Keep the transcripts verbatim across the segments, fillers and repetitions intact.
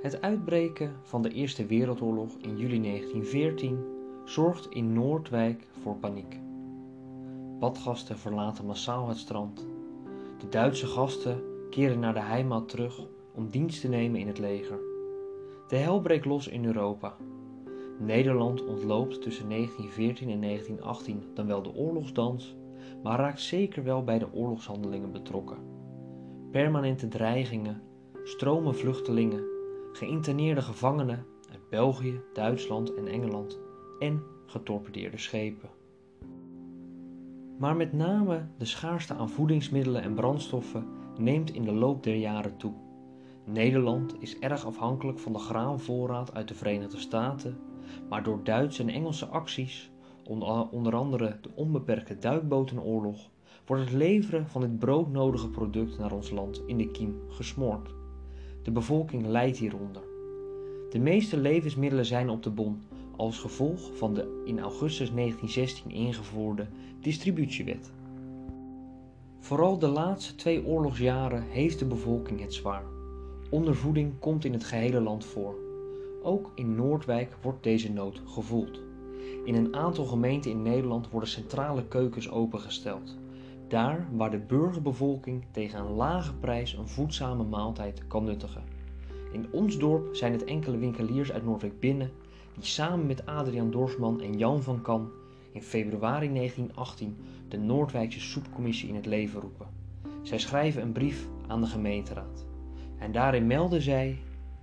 Het uitbreken van de Eerste Wereldoorlog in juli negentien veertien zorgt in Noordwijk voor paniek. Badgasten verlaten massaal het strand. De Duitse gasten keren naar de heimat terug om dienst te nemen in het leger. De hel breekt los in Europa. Nederland ontloopt tussen negentien veertien en negentien achttien dan wel de oorlogsdans, maar raakt zeker wel bij de oorlogshandelingen betrokken. Permanente dreigingen, stromen vluchtelingen, geïnterneerde gevangenen uit België, Duitsland en Engeland en getorpedeerde schepen. Maar met name de schaarste aan voedingsmiddelen en brandstoffen neemt in de loop der jaren toe. Nederland is erg afhankelijk van de graanvoorraad uit de Verenigde Staten, maar door Duitse en Engelse acties, onder andere de onbeperkte duikbotenoorlog, wordt het leveren van dit broodnodige product naar ons land in de kiem gesmoord. De bevolking lijdt hieronder. De meeste levensmiddelen zijn op de bon als gevolg van de in augustus negentien zestien ingevoerde distributiewet. Vooral de laatste twee oorlogsjaren heeft de bevolking het zwaar. Ondervoeding komt in het gehele land voor. Ook in Noordwijk wordt deze nood gevoeld. In een aantal gemeenten in Nederland worden centrale keukens opengesteld. Daar waar de burgerbevolking tegen een lage prijs een voedzame maaltijd kan nuttigen. In ons dorp zijn het enkele winkeliers uit Noordwijk Binnen die samen met Adriaan Dorsman en Jan van Kan in februari negentien achttien de Noordwijkse soepcommissie in het leven roepen. Zij schrijven een brief aan de gemeenteraad. En daarin melden zij: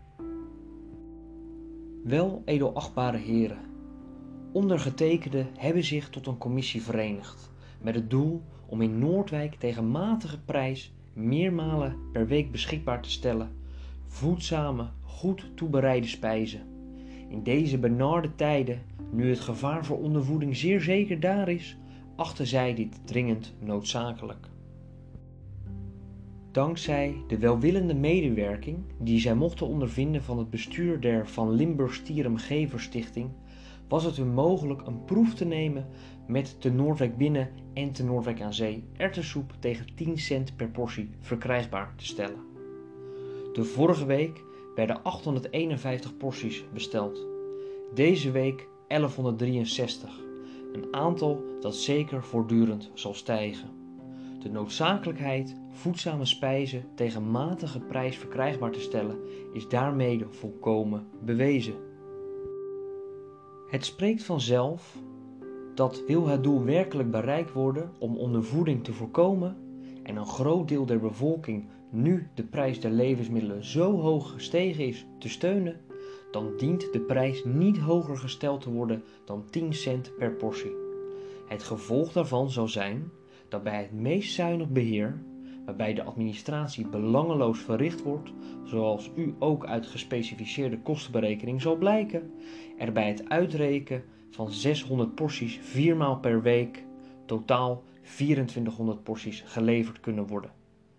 Wel, edelachtbare heren, ondergetekenden hebben zich tot een commissie verenigd met het doel om in Noordwijk tegen matige prijs meermalen per week beschikbaar te stellen voedzame, goed toebereide spijzen. In deze benarde tijden, nu het gevaar voor ondervoeding zeer zeker daar is, achten zij dit dringend noodzakelijk. Dankzij de welwillende medewerking die zij mochten ondervinden van het bestuur der Van Limburg-Stierum Geverstichting, was het hun mogelijk een proef te nemen met te Noordwijk Binnen en te Noordwijk aan Zee erwtensoep tegen tien cent per portie verkrijgbaar te stellen. De vorige week werden achthonderdeenenvijftig porties besteld. Deze week elfhonderddrieënzestig, een aantal dat zeker voortdurend zal stijgen. De noodzakelijkheid voedzame spijzen tegen matige prijs verkrijgbaar te stellen is daarmee volkomen bewezen. Het spreekt vanzelf dat wil het doel werkelijk bereikt worden om ondervoeding te voorkomen en een groot deel der bevolking nu de prijs der levensmiddelen zo hoog gestegen is te steunen, dan dient de prijs niet hoger gesteld te worden dan tien cent per portie. Het gevolg daarvan zal zijn dat bij het meest zuinig beheer, waarbij de administratie belangeloos verricht wordt, zoals u ook uit gespecificeerde kostenberekening zal blijken, er bij het uitrekenen van zeshonderd porties viermaal per week totaal vierentwintighonderd porties geleverd kunnen worden.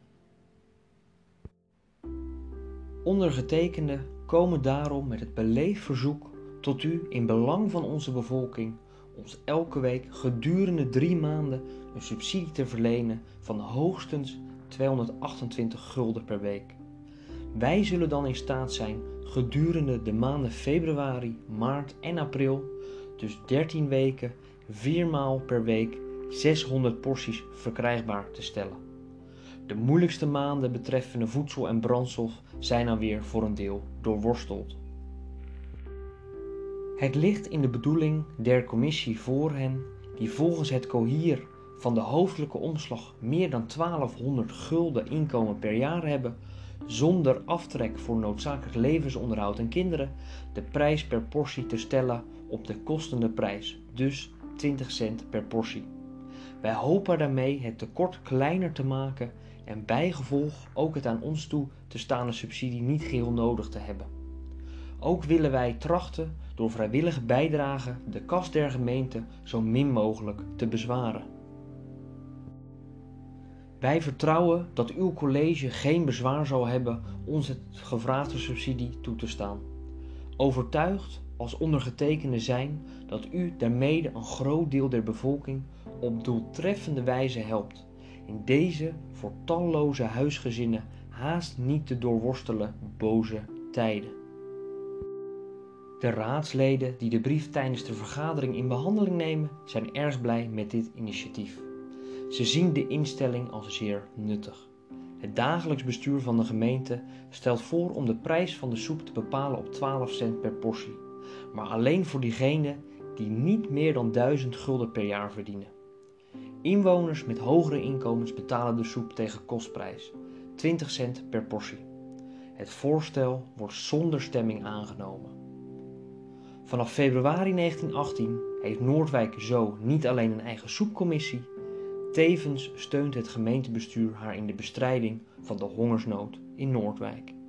Ondergetekenden komen daarom met het beleefd verzoek tot u in belang van onze bevolking ons elke week gedurende drie maanden een subsidie te verlenen van hoogstens tweehonderdachtentwintig gulden per week. Wij zullen dan in staat zijn gedurende de maanden februari, maart en april, dus dertien weken, viermaal per week zeshonderd porties verkrijgbaar te stellen. De moeilijkste maanden betreffende voedsel en brandstof zijn dan weer voor een deel doorworsteld. Het ligt in de bedoeling der commissie voor hen, die volgens het cohier van de hoofdelijke omslag meer dan twaalfhonderd gulden inkomen per jaar hebben, zonder aftrek voor noodzakelijk levensonderhoud en kinderen, de prijs per portie te stellen op de kostende prijs, dus twintig cent per portie. Wij hopen daarmee het tekort kleiner te maken en bijgevolg ook het aan ons toe te staande subsidie niet geheel nodig te hebben. Ook willen wij trachten door vrijwillige bijdrage de kas der gemeente zo min mogelijk te bezwaren. Wij vertrouwen dat uw college geen bezwaar zal hebben ons het gevraagde subsidie toe te staan. Overtuigd als ondergetekende zijn dat u daarmee een groot deel der bevolking op doeltreffende wijze helpt in deze voor talloze huisgezinnen haast niet te doorworstelen boze tijden. De raadsleden die de brief tijdens de vergadering in behandeling nemen, zijn erg blij met dit initiatief. Ze zien de instelling als zeer nuttig. Het dagelijks bestuur van de gemeente stelt voor om de prijs van de soep te bepalen op twaalf cent per portie, maar alleen voor diegenen die niet meer dan duizend gulden per jaar verdienen. Inwoners met hogere inkomens betalen de soep tegen kostprijs, twintig cent per portie. Het voorstel wordt zonder stemming aangenomen. Vanaf februari negentien achttien heeft Noordwijk zo niet alleen een eigen soepcommissie, tevens steunt het gemeentebestuur haar in de bestrijding van de hongersnood in Noordwijk.